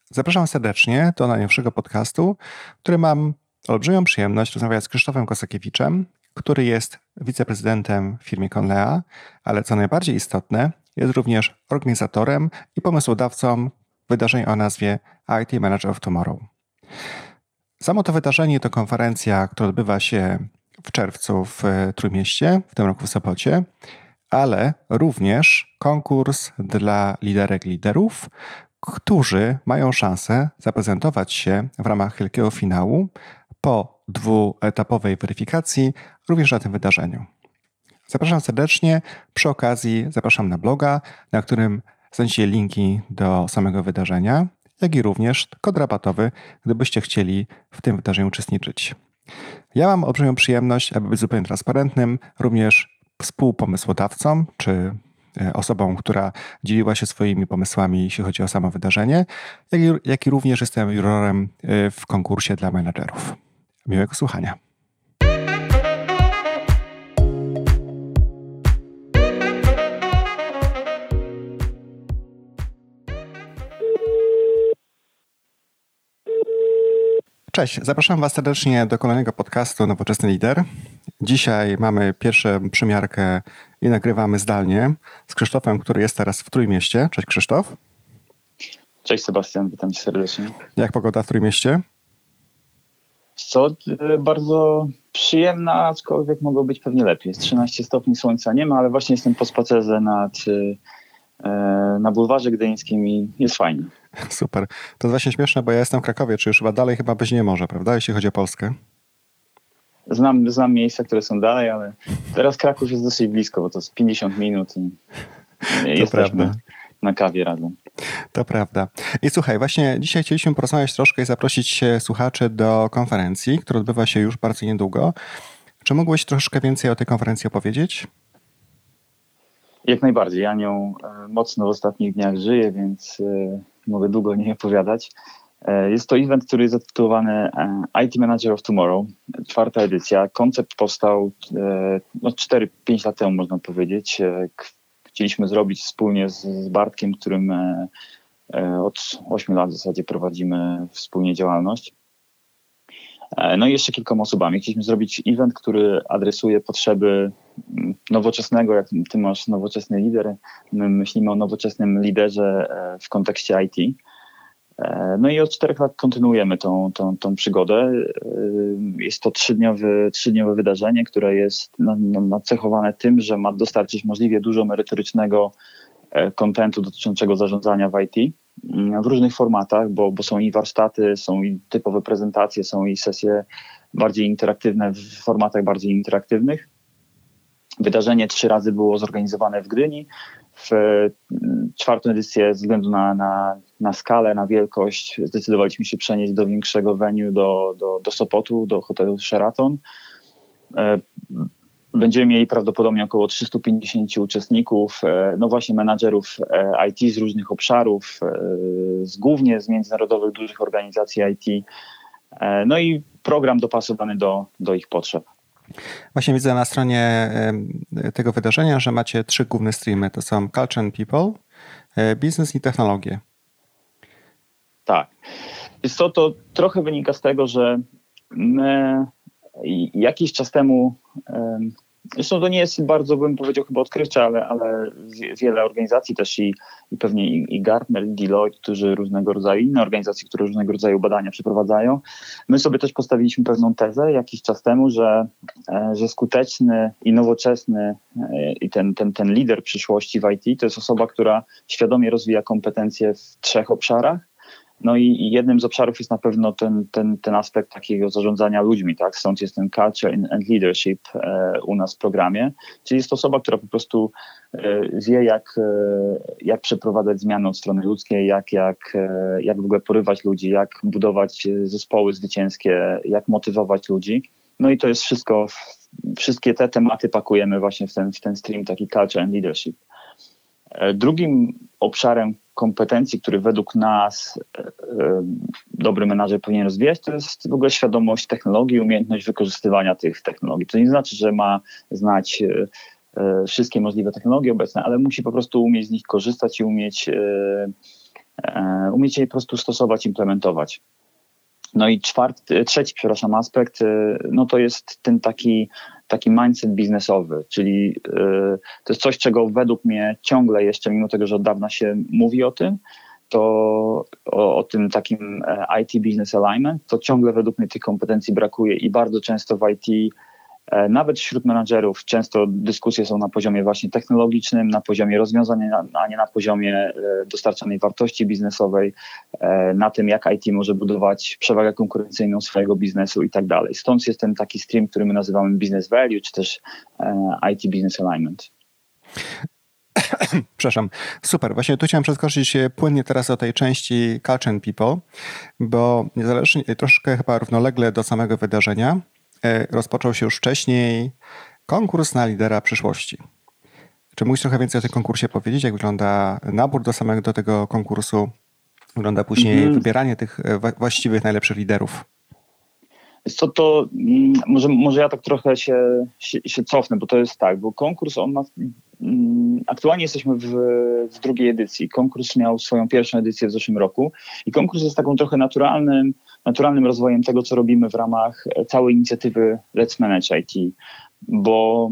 Zapraszam serdecznie do najnowszego podcastu, w którym mam olbrzymią przyjemność rozmawiać z Krzysztofem Kosakiewiczem, który jest wiceprezydentem w firmie Conlea, ale co najbardziej istotne, jest również organizatorem i pomysłodawcą wydarzeń o nazwie IT Manager of Tomorrow. Samo to wydarzenie to konferencja, która odbywa się w czerwcu w Trójmieście, w tym roku w Sopocie, ale również konkurs dla liderek i liderów, którzy mają szansę zaprezentować się w ramach wielkiego finału po dwuetapowej weryfikacji również na tym wydarzeniu. Zapraszam serdecznie. Przy okazji zapraszam na bloga, na którym znajdziecie linki do samego wydarzenia, jak i również kod rabatowy, gdybyście chcieli w tym wydarzeniu uczestniczyć. Ja mam olbrzymią przyjemność, aby być zupełnie transparentnym, również współpomysłodawcą, czy osobą, która dzieliła się swoimi pomysłami, jeśli chodzi o samo wydarzenie, jak i również jestem jurorem w konkursie dla menedżerów. Miłego słuchania. Cześć, zapraszam Was serdecznie do kolejnego podcastu Nowoczesny Lider. Dzisiaj mamy pierwszą przymiarkę i nagrywamy zdalnie z Krzysztofem, który jest teraz w Trójmieście. Cześć Krzysztof. Cześć Sebastian, witam Cię serdecznie. Jak pogoda w Trójmieście? Bardzo przyjemna, aczkolwiek mogło być pewnie lepiej. Jest 13 stopni, słońca nie ma, ale właśnie jestem po spacerze na bulwarze gdyńskim i jest fajnie. Super. To jest właśnie śmieszne, bo ja jestem w Krakowie, czy już chyba być nie może, prawda, jeśli chodzi o Polskę? Znam miejsca, które są dalej, ale teraz Kraków jest dosyć blisko, bo to jest 50 minut i jesteśmy na kawie razem. To prawda. I słuchaj, właśnie dzisiaj chcieliśmy porozmawiać troszkę i zaprosić słuchaczy do konferencji, która odbywa się już bardzo niedługo. Czy mógłbyś troszkę więcej o tej konferencji opowiedzieć? Jak najbardziej. Ja nią mocno w ostatnich dniach żyję, więc mogę długo o niej opowiadać. Jest to event, który jest zatytułowany IT Manager of Tomorrow, 4. edycja. Koncept powstał 4-5 lat temu, można powiedzieć. Chcieliśmy zrobić wspólnie z Bartkiem, którym od 8 lat w zasadzie prowadzimy wspólnie działalność. No i jeszcze kilkoma osobami. Chcieliśmy zrobić event, który adresuje potrzeby nowoczesnego, jak ty masz nowoczesny lider. My myślimy o nowoczesnym liderze w kontekście IT. No i od 4 lat kontynuujemy tą przygodę. Jest to trzydniowe wydarzenie, które jest nacechowane tym, że ma dostarczyć możliwie dużo merytorycznego kontentu dotyczącego zarządzania w IT w różnych formatach, bo są i warsztaty, są i typowe prezentacje, są i sesje bardziej interaktywne w formatach bardziej interaktywnych. Wydarzenie 3 razy było zorganizowane w Gdyni. W 4. edycję ze względu na skalę, na wielkość zdecydowaliśmy się przenieść do większego venue, do Sopotu, do hotelu Sheraton. Będziemy mieli prawdopodobnie około 350 uczestników, no właśnie menadżerów IT z różnych obszarów, głównie z międzynarodowych dużych organizacji IT, no i program dopasowany do ich potrzeb. Właśnie widzę na stronie tego wydarzenia, że macie 3 główne streamy. To są Culture and People, Business i Technologie. Tak. To trochę wynika z tego, że my jakiś czas temu, zresztą to nie jest bardzo, bym powiedział, chyba odkrywcze, ale wiele organizacji też i pewnie i Gartner, i Deloitte, którzy różnego rodzaju, inne organizacje, które różnego rodzaju badania przeprowadzają. My sobie też postawiliśmy pewną tezę jakiś czas temu, że skuteczny i nowoczesny i ten lider przyszłości w IT to jest osoba, która świadomie rozwija kompetencje w 3 obszarach. No i jednym z obszarów jest na pewno ten aspekt takiego zarządzania ludźmi, tak? Stąd jest ten culture and leadership u nas w programie. Czyli jest to osoba, która po prostu wie, jak przeprowadzać zmiany od strony ludzkiej, jak w ogóle porywać ludzi, jak budować zespoły zwycięskie, jak motywować ludzi. No i to jest wszystkie te tematy pakujemy właśnie w ten stream taki culture and leadership. Drugim obszarem kompetencji, który według nas dobry menadżer powinien rozwijać, to jest w ogóle świadomość technologii, umiejętność wykorzystywania tych technologii. To nie znaczy, że ma znać wszystkie możliwe technologie obecne, ale musi po prostu umieć z nich korzystać i umieć umieć je po prostu stosować, implementować. No i trzeci aspekt, no to jest ten taki mindset biznesowy, czyli to jest coś, czego według mnie ciągle jeszcze, mimo tego, że od dawna się mówi o tym, to o tym takim IT Business Alignment, to ciągle według mnie tych kompetencji brakuje i bardzo często w IT, nawet wśród menadżerów, często dyskusje są na poziomie właśnie technologicznym, na poziomie rozwiązań, a nie na poziomie dostarczanej wartości biznesowej, na tym, jak IT może budować przewagę konkurencyjną swojego biznesu i tak dalej. Stąd jest ten taki stream, który my nazywamy Business Value, czy też IT Business Alignment. Przepraszam. Super. Właśnie tu chciałem przeskoczyć płynnie teraz do tej części Culture and People, bo niezależnie, troszkę chyba równolegle do samego wydarzenia rozpoczął się już wcześniej konkurs na lidera przyszłości. Czy mógłbyś trochę więcej o tym konkursie powiedzieć? Jak wygląda nabór do tego konkursu? Wygląda później wybieranie tych właściwych, najlepszych liderów? Co to, może ja tak trochę się cofnę, bo to jest tak, bo konkurs on ma, aktualnie jesteśmy w drugiej edycji. Konkurs miał swoją pierwszą edycję w zeszłym roku i konkurs jest taką trochę naturalnym rozwojem tego, co robimy w ramach całej inicjatywy Let's Manage IT, bo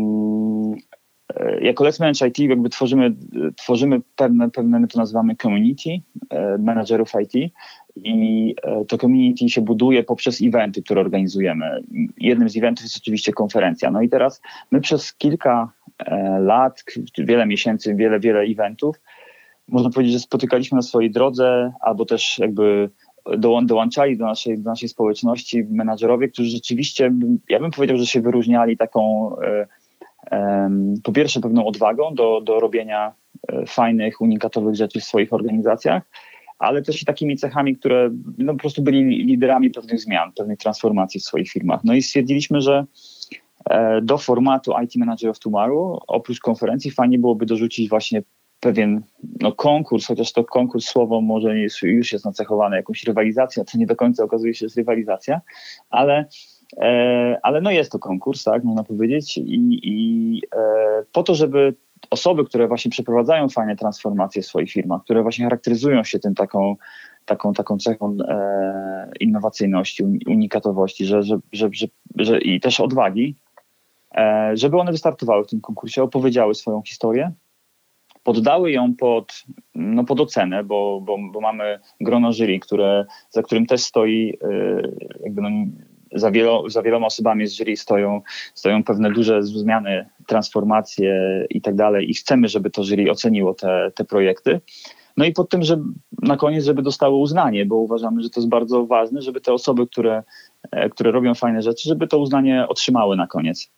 jako Let's Manage IT jakby tworzymy pewne, my to nazywamy community managerów IT i to community się buduje poprzez eventy, które organizujemy. Jednym z eventów jest oczywiście konferencja. No i teraz my przez kilka lat, wiele miesięcy, wiele eventów, można powiedzieć, że spotykaliśmy na swojej drodze albo też jakby dołączali do naszej społeczności menadżerowie, którzy rzeczywiście, ja bym powiedział, że się wyróżniali taką po pierwsze pewną odwagą do robienia fajnych, unikatowych rzeczy w swoich organizacjach, ale też i takimi cechami, które no, po prostu byli liderami pewnych zmian, pewnej transformacji w swoich firmach. No i stwierdziliśmy, że do formatu IT Manager of Tomorrow, oprócz konferencji, fajnie byłoby dorzucić właśnie pewien konkurs, chociaż to konkurs słowo może już jest nacechowane jakąś rywalizacją, to nie do końca okazuje się, że jest rywalizacja, ale no jest to konkurs, tak, można powiedzieć i po to, żeby osoby, które właśnie przeprowadzają fajne transformacje w swoich firmach, które właśnie charakteryzują się tym taką cechą innowacyjności, unikatowości, że i też odwagi, żeby one wystartowały w tym konkursie, opowiedziały swoją historię, poddały ją pod ocenę, bo mamy grono jury, za którym też stoi jakby za wieloma osobami z jury stoją pewne duże zmiany, transformacje i tak dalej i chcemy, żeby to jury oceniło te projekty. No i pod tym, że na koniec, żeby dostało uznanie, bo uważamy, że to jest bardzo ważne, żeby te osoby, które robią fajne rzeczy, żeby to uznanie otrzymały na koniec.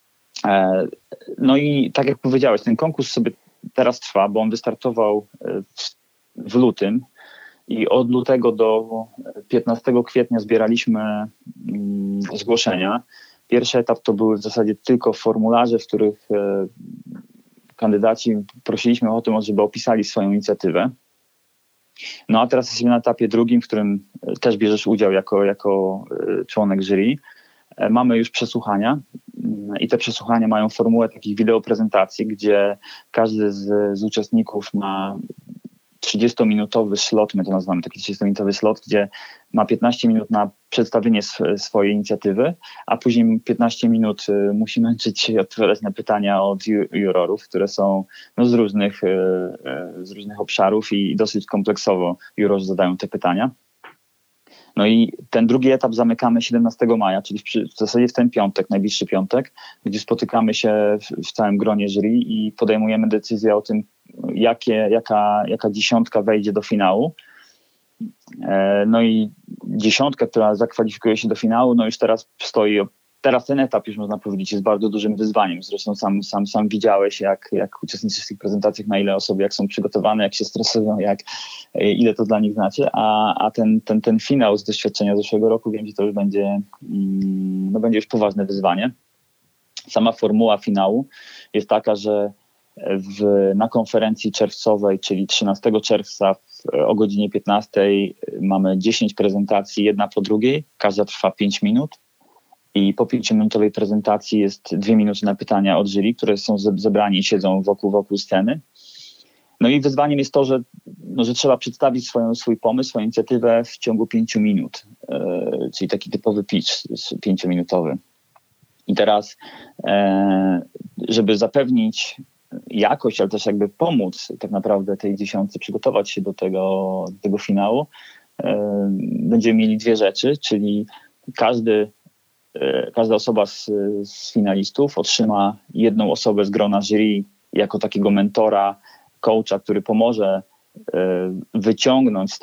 No i tak jak powiedziałeś, ten konkurs sobie teraz trwa, bo on wystartował w lutym i od lutego do 15 kwietnia zbieraliśmy zgłoszenia. Pierwszy etap to były w zasadzie tylko formularze, w których kandydaci prosiliśmy o tym, żeby opisali swoją inicjatywę. No a teraz jesteśmy na etapie drugim, w którym też bierzesz udział jako członek jury. Mamy już przesłuchania i te przesłuchania mają formułę takich wideoprezentacji, gdzie każdy z uczestników ma 30-minutowy slot, my to nazywamy taki 30-minutowy slot, gdzie ma 15 minut na przedstawienie swojej inicjatywy, a później 15 minut musi męczyć się i odpowiadać na pytania od jurorów, które są z różnych obszarów i dosyć kompleksowo jurorzy zadają te pytania. No i ten drugi etap zamykamy 17 maja, czyli w zasadzie w ten piątek, najbliższy piątek, gdzie spotykamy się w całym gronie jury i podejmujemy decyzję o tym, jaka dziesiątka wejdzie do finału. No i dziesiątka, która zakwalifikuje się do finału, no już teraz ten etap już można powiedzieć jest bardzo dużym wyzwaniem. Zresztą sam widziałeś, jak uczestniczysz w tych prezentacjach, na ile osoby jak są przygotowane, jak się stresują, ile to dla nich znaczy, a ten finał z doświadczenia zeszłego roku, wiem, że to już będzie już poważne wyzwanie. Sama formuła finału jest taka, że na konferencji czerwcowej, czyli 13 czerwca o godzinie 15 mamy 10 prezentacji, jedna po drugiej, każda trwa 5 minut. I po 5-minutowej prezentacji jest 2 minuty na pytania od jury, które są zebrani i siedzą wokół sceny. No i wyzwaniem jest to, że trzeba przedstawić swój pomysł, swoją inicjatywę w ciągu 5 minut, czyli taki typowy pitch 5-minutowy. I teraz, żeby zapewnić jakość, ale też jakby pomóc tak naprawdę tej dziesiątce przygotować się do tego finału, będziemy mieli 2 rzeczy, czyli każda osoba z finalistów otrzyma jedną osobę z grona jury jako takiego mentora, coacha, który pomoże wyciągnąć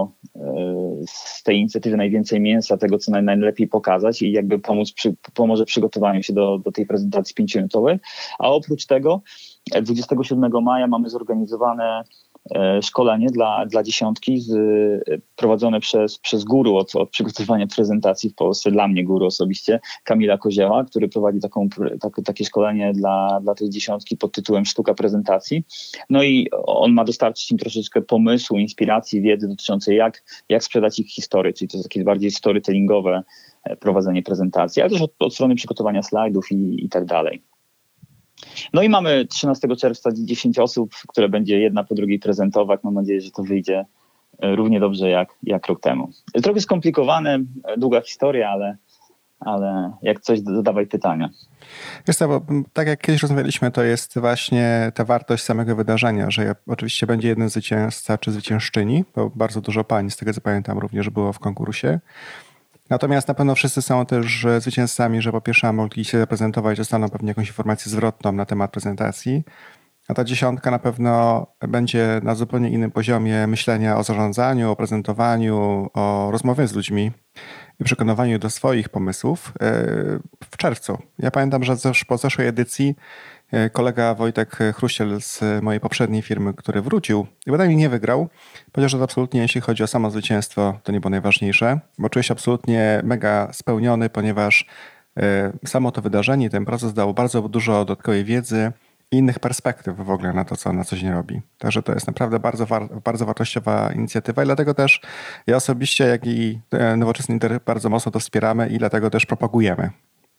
z tej inicjatywy najwięcej mięsa, tego co najlepiej pokazać i jakby pomoże przygotowaniu się do tej prezentacji 5-minutowej. A oprócz tego 27 maja mamy zorganizowane szkolenie dla dziesiątki prowadzone przez guru od przygotowania prezentacji w Polsce, dla mnie guru osobiście, Kamila Kozieła, który prowadzi takie szkolenie dla tej dziesiątki pod tytułem Sztuka prezentacji. No i on ma dostarczyć im troszeczkę pomysłu, inspiracji, wiedzy dotyczącej jak sprzedać ich historię, czyli to jest takie bardziej storytellingowe prowadzenie prezentacji, ale też od strony przygotowania slajdów i tak dalej. No i mamy 13 czerwca 10 osób, które będzie jedna po drugiej prezentować. Mam nadzieję, że to wyjdzie równie dobrze jak rok temu. Trochę skomplikowane, długa historia, ale jak coś, zadawaj pytania. Wiesz co, bo tak jak kiedyś rozmawialiśmy, to jest właśnie ta wartość samego wydarzenia, że oczywiście będzie jeden zwycięzca czy zwyciężczyni, bo bardzo dużo pań, z tego co pamiętam, również było w konkursie. Natomiast na pewno wszyscy są też zwycięzcami, że po pierwsze mogli się zaprezentować, dostaną pewnie jakąś informację zwrotną na temat prezentacji, a ta dziesiątka na pewno będzie na zupełnie innym poziomie myślenia o zarządzaniu, o prezentowaniu, o rozmowie z ludźmi i przekonywaniu do swoich pomysłów w czerwcu. Ja pamiętam, że po zeszłej edycji kolega Wojtek Chruściel z mojej poprzedniej firmy, który wrócił i bynajmniej nie wygrał, powiedział, że to absolutnie jeśli chodzi o samo zwycięstwo, to nie było najważniejsze, bo czuję się absolutnie mega spełniony, ponieważ samo to wydarzenie, ten proces dał bardzo dużo dodatkowej wiedzy i innych perspektyw w ogóle na to, co na co dzień robi. Także to jest naprawdę bardzo wartościowa inicjatywa i dlatego też ja osobiście, jak i Nowoczesny Inter bardzo mocno to wspieramy i dlatego też propagujemy.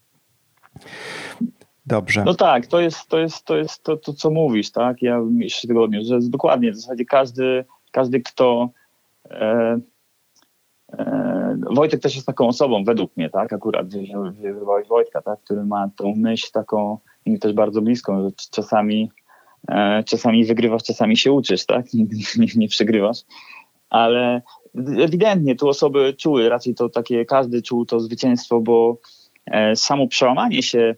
Dobrze. No tak, to jest to, co mówisz, tak? Ja jeszcze tego odniósł, że dokładnie w zasadzie każdy kto... Wojtek też jest taką osobą, według mnie, tak? Akurat wywołałeś Wojtka, tak? Który ma tą myśl taką mi też bardzo bliską, że czasami wygrywasz, czasami się uczysz, tak? Nigdy nie przegrywasz. Ale ewidentnie tu osoby czuły raczej to takie, każdy czuł to zwycięstwo, bo samo przełamanie się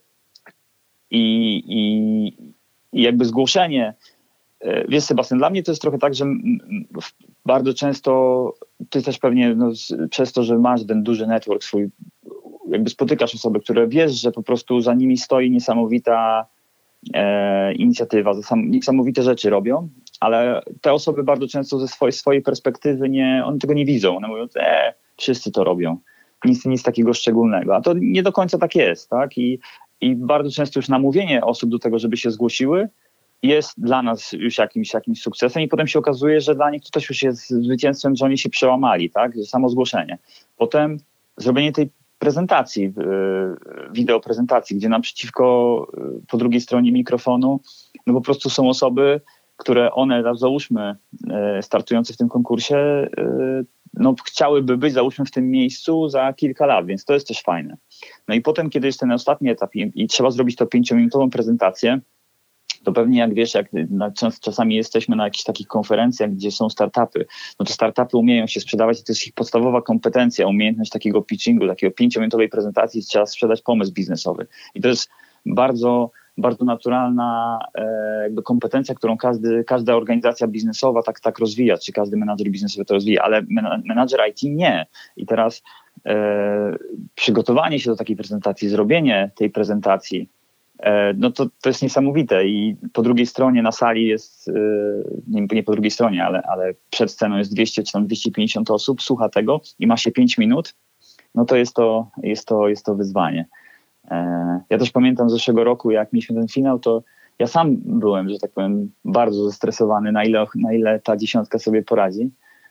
i jakby zgłoszenie. Wiesz, Sebastian, dla mnie to jest trochę tak, że bardzo często ty też pewnie przez to, że masz ten duży network swój, jakby spotykasz osoby, które wiesz, że po prostu za nimi stoi niesamowita inicjatywa, niesamowite rzeczy robią, ale te osoby bardzo często ze swojej perspektywy one tego nie widzą. One mówią, wszyscy to robią. Nic takiego szczególnego. A to nie do końca tak jest, tak? I bardzo często już namówienie osób do tego, żeby się zgłosiły, jest dla nas już jakimś sukcesem i potem się okazuje, że dla nich to też już jest zwycięstwem, że oni się przełamali, tak? Samo zgłoszenie. Potem zrobienie tej prezentacji, wideo prezentacji, gdzie naprzeciwko po drugiej stronie mikrofonu no po prostu są osoby, które załóżmy startujące w tym konkursie, no chciałyby być załóżmy w tym miejscu za kilka lat, więc to jest też fajne. No i potem, kiedy jest ten ostatni etap i trzeba zrobić to 5-minutową prezentację, to pewnie jak wiesz, czasami jesteśmy na jakichś takich konferencjach, gdzie są startupy, no to startupy umieją się sprzedawać i to jest ich podstawowa kompetencja, umiejętność takiego pitchingu, takiego 5-minutowej prezentacji, trzeba sprzedać pomysł biznesowy. I to jest bardzo, bardzo naturalna jakby kompetencja, którą każda organizacja biznesowa tak rozwija, czy każdy menadżer biznesowy to rozwija, ale menadżer IT nie. I teraz przygotowanie się do takiej prezentacji, zrobienie tej prezentacji, no to jest niesamowite i po drugiej stronie na sali jest, nie po drugiej stronie, ale przed sceną jest 200 czy tam 250 osób, słucha tego i ma się 5 minut, no to jest to wyzwanie. Ja też pamiętam z zeszłego roku, jak mieliśmy ten finał, to ja sam byłem, że tak powiem, bardzo zestresowany, na ile ta dziesiątka sobie poradzi,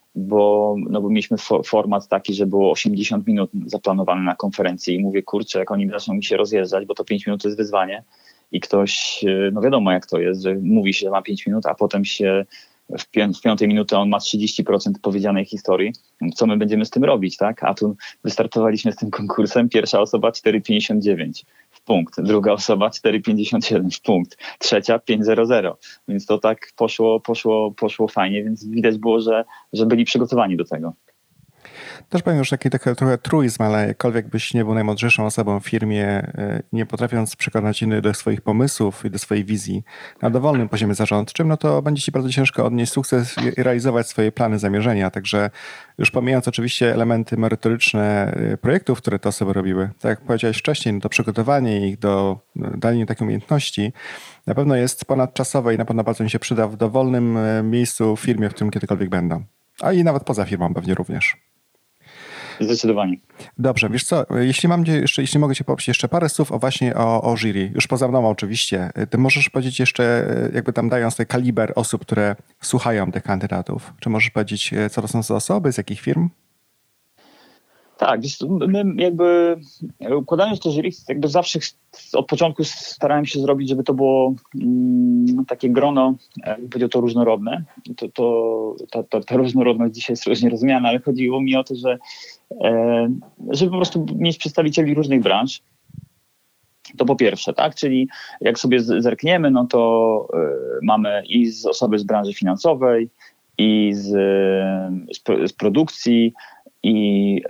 bo mieliśmy format taki, że było 80 minut zaplanowane na konferencję i mówię, kurczę, jak oni zaczną mi się rozjeżdżać, bo to 5 minut to jest wyzwanie i ktoś, no wiadomo jak to jest, że mówi się, że ma 5 minut, a potem się w 5 minuty on ma 30% powiedzianej historii. Co my będziemy z tym robić, tak? A tu wystartowaliśmy z tym konkursem. Pierwsza osoba 4,59 w punkt, druga osoba 4,57 w punkt, trzecia 5,00. Więc to tak poszło fajnie, więc widać było, że byli przygotowani do tego. Też powiem już taki trochę truizm, ale jakkolwiek byś nie był najmądrzejszą osobą w firmie, nie potrafiąc przekonać innych do swoich pomysłów i do swojej wizji na dowolnym poziomie zarządczym, no to będzie ci bardzo ciężko odnieść sukces i realizować swoje plany, zamierzenia. Także już pomijając oczywiście elementy merytoryczne projektów, które te osoby robiły, tak jak powiedziałeś wcześniej, no to przygotowanie ich do dania takiej umiejętności na pewno jest ponadczasowe i na pewno bardzo mi się przyda w dowolnym miejscu w firmie, w którym kiedykolwiek będą. A i nawet poza firmą pewnie również. Zdecydowanie. Dobrze, wiesz co, jeśli mogę cię poprosić jeszcze parę słów o jury, już poza mną oczywiście, ty możesz powiedzieć jeszcze, jakby tam dając ten kaliber osób, które słuchają tych kandydatów, czy możesz powiedzieć, co to są za osoby, z jakich firm? Tak, my jakby układając to jury, jakby zawsze od początku starałem się zrobić, żeby to było takie grono, jakbym powiedział, to różnorodne. Ta różnorodność dzisiaj jest różnie rozumiana, ale chodziło mi o to, żeby po prostu mieć przedstawicieli różnych branż. To po pierwsze, tak? Czyli jak sobie zerkniemy, no to mamy i z osoby z branży finansowej, i z produkcji, i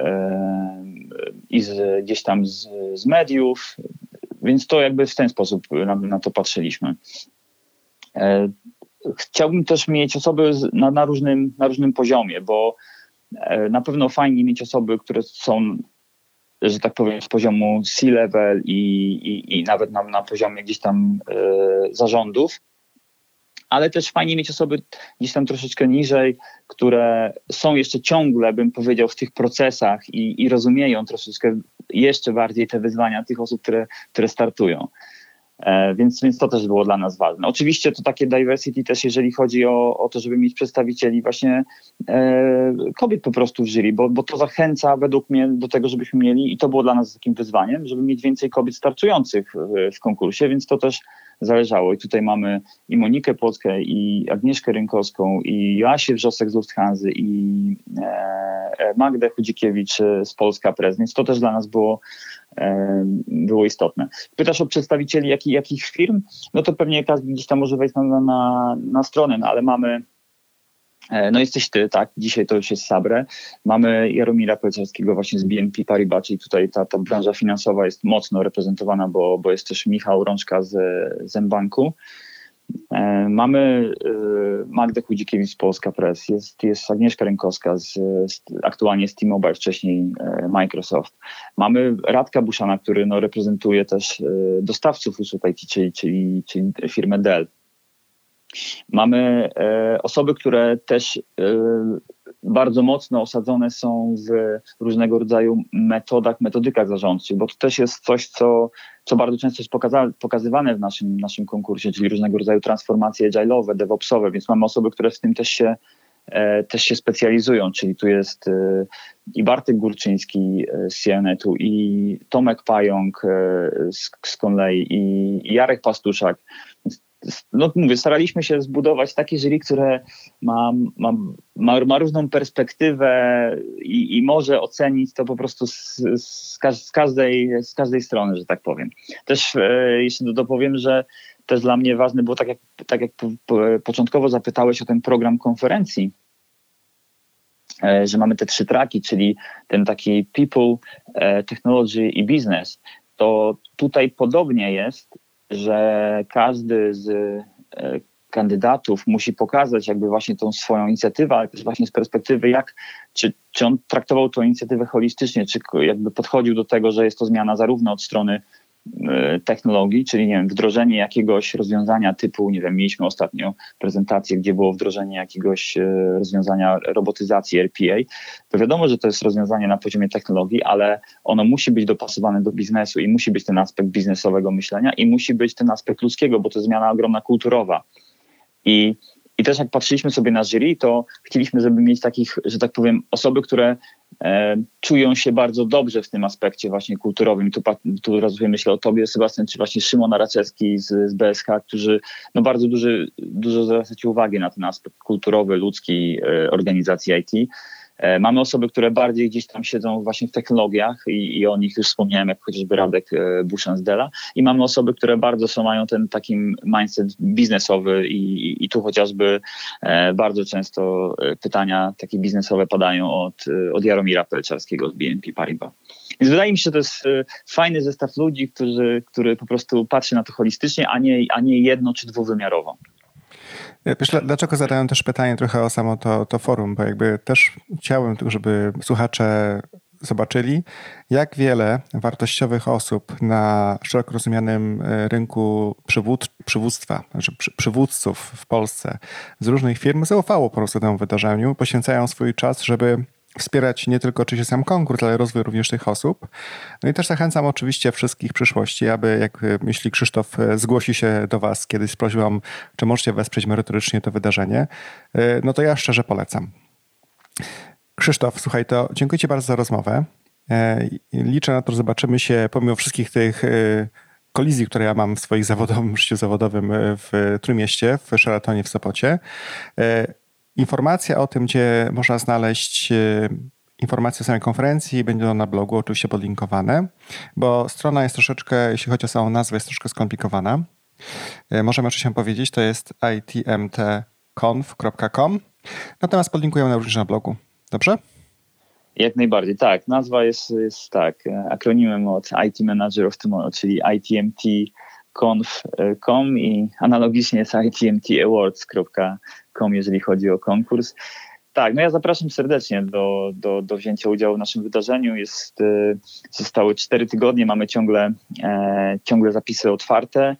gdzieś tam z mediów, więc to jakby w ten sposób na to patrzyliśmy. Chciałbym też mieć osoby na różnym poziomie, bo na pewno fajnie mieć osoby, które są, że tak powiem, z poziomu C-level i nawet na poziomie gdzieś tam zarządów, ale też fajnie mieć osoby gdzieś tam troszeczkę niżej, które są jeszcze ciągle, bym powiedział, w tych procesach i rozumieją troszeczkę jeszcze bardziej te wyzwania tych osób, które startują. Więc to też było dla nas ważne. Oczywiście to takie diversity też, jeżeli chodzi o to, żeby mieć przedstawicieli właśnie kobiet po prostu w jury, bo to zachęca według mnie do tego, żebyśmy mieli, i to było dla nas takim wyzwaniem, żeby mieć więcej kobiet startujących w konkursie, więc to też zależało. I tutaj mamy i Monikę Płockę, i Agnieszkę Rynkowską, i Joasię Wrzosek z Lufthansa, i Magdę Chudzikiewicz z Polska Press, więc to też dla nas było istotne. Pytasz o przedstawicieli jakich firm? No to pewnie każdy gdzieś tam może wejść na stronę, no ale mamy, no jesteś ty, tak, dzisiaj to już jest Sabre, mamy Jaromira Pelczarskiego właśnie z BNP Paribas, czyli tutaj ta branża finansowa jest mocno reprezentowana, bo jest też Michał Rączka z mBanku. Mamy Magdę Chudzikiewicz z Polska Press, jest Agnieszka Rynkowska aktualnie z T-Mobile, wcześniej Microsoft. Mamy Radka Buszana, który reprezentuje też dostawców usług IT, czyli firmę Dell. Mamy osoby, które też bardzo mocno osadzone są w różnego rodzaju metodykach zarządczych, bo to też jest coś, co bardzo często jest pokazywane w naszym konkursie, czyli różnego rodzaju transformacje agile'owe, DevOpsowe, więc mamy osoby, które w tym też się specjalizują, czyli tu jest i Bartek Górczyński z CNET-u, i Tomek Pająk z Conley, i Jarek Pastuszak. No mówię, staraliśmy się zbudować takie jury, które ma różną perspektywę i może ocenić to po prostu z każdej strony, że tak powiem. Też jeszcze dopowiem, że też dla mnie ważne było, tak jak początkowo zapytałeś o ten program konferencji, że mamy te 3 traki, czyli ten taki people, technology i business, to tutaj podobnie jest, że każdy z kandydatów musi pokazać jakby właśnie tą swoją inicjatywę, ale też właśnie z perspektywy czy on traktował tą inicjatywę holistycznie, czy jakby podchodził do tego, że jest to zmiana zarówno od strony technologii, czyli nie wiem, wdrożenie jakiegoś rozwiązania typu, nie wiem, mieliśmy ostatnio prezentację, gdzie było wdrożenie jakiegoś rozwiązania robotyzacji RPA. To wiadomo, że to jest rozwiązanie na poziomie technologii, ale ono musi być dopasowane do biznesu i musi być ten aspekt biznesowego myślenia i musi być ten aspekt ludzkiego, bo to jest zmiana ogromna kulturowa. I też jak patrzyliśmy sobie na jury, to chcieliśmy, żeby mieć takich, że tak powiem, osoby, które czują się bardzo dobrze w tym aspekcie właśnie kulturowym. Tu raz myślę o tobie, Sebastian, czy właśnie Szymon Raczewski z BSH, którzy bardzo dużo zwracacie uwagi na ten aspekt kulturowy, ludzki organizacji IT. Mamy osoby, które bardziej gdzieś tam siedzą właśnie w technologiach i o nich już wspomniałem, jak chociażby Radek Bushan-Zdela. I mamy osoby, które bardzo mają ten taki mindset biznesowy i tu chociażby bardzo często pytania takie biznesowe padają od Jaromira Pelczarskiego z BNP Paribas. Więc wydaje mi się, że to jest fajny zestaw ludzi, który po prostu patrzy na to holistycznie, a nie jedno- czy dwuwymiarowo. Wiesz, dlaczego zadałem też pytanie trochę o samo to forum, bo jakby też chciałem, żeby słuchacze zobaczyli, jak wiele wartościowych osób na szeroko rozumianym rynku przywództwa, znaczy przywódców w Polsce z różnych firm zaufało po prostu temu wydarzeniu, poświęcają swój czas, żeby wspierać nie tylko oczywiście sam konkurs, ale rozwój również tych osób. No i też zachęcam oczywiście wszystkich w przyszłości, aby jeśli Krzysztof zgłosi się do was kiedyś z prośbą, czy możecie wesprzeć merytorycznie to wydarzenie, no to ja szczerze polecam. Krzysztof, słuchaj, to dziękuję ci bardzo za rozmowę. Liczę na to, że zobaczymy się pomimo wszystkich tych kolizji, które ja mam w swoim życiu zawodowym w Trójmieście, w Sheratonie w Sopocie. Informacja o tym, gdzie można znaleźć informacje o samej konferencji, będzie to na blogu oczywiście podlinkowane, bo strona jest troszeczkę, jeśli chodzi o samą nazwę, jest troszkę skomplikowana. Możemy oczywiście powiedzieć, to jest itmtconf.com, natomiast podlinkujemy również na blogu. Dobrze? Jak najbardziej, tak. Nazwa jest tak, akronimem od IT Manager of Tomorrow, czyli itmtconf.com i analogicznie jest itmtawards.com, jeżeli chodzi o konkurs. Tak, no ja zapraszam serdecznie do wzięcia udziału w naszym wydarzeniu. Zostały 4 tygodnie, mamy ciągle zapisy otwarte.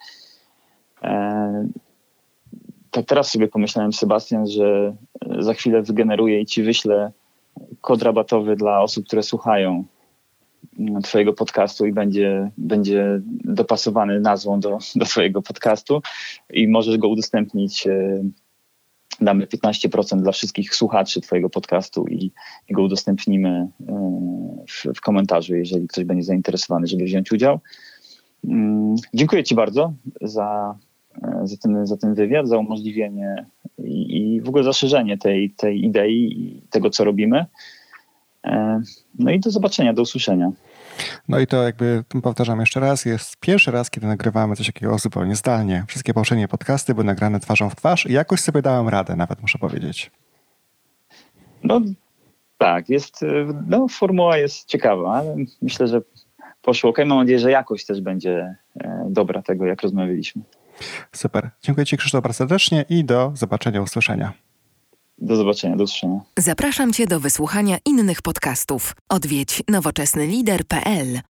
Tak teraz sobie pomyślałem, Sebastian, że za chwilę wygeneruję i ci wyślę kod rabatowy dla osób, które słuchają twojego podcastu i będzie dopasowany nazwą do twojego podcastu i możesz go udostępnić. Damy 15% dla wszystkich słuchaczy twojego podcastu i go udostępnimy w komentarzu, jeżeli ktoś będzie zainteresowany, żeby wziąć udział. Dziękuję ci bardzo za ten wywiad, za umożliwienie i w ogóle za szerzenie tej idei i tego, co robimy. No i do zobaczenia, do usłyszenia. No i to jakby, powtarzam jeszcze raz, jest pierwszy raz, kiedy nagrywamy coś takiego zupełnie zdalnie. Wszystkie poprzednie podcasty były nagrane twarzą w twarz i jakoś sobie dałem radę, nawet muszę powiedzieć. No tak, formuła jest ciekawa, ale myślę, że poszło ok. Mam nadzieję, że jakość też będzie dobra tego, jak rozmawialiśmy. Super. Dziękuję ci, Krzysztof, bardzo serdecznie i do zobaczenia, usłyszenia. Do zobaczenia, do usłyszenia. Zapraszam cię do wysłuchania innych podcastów. Odwiedź nowoczesnylider.pl.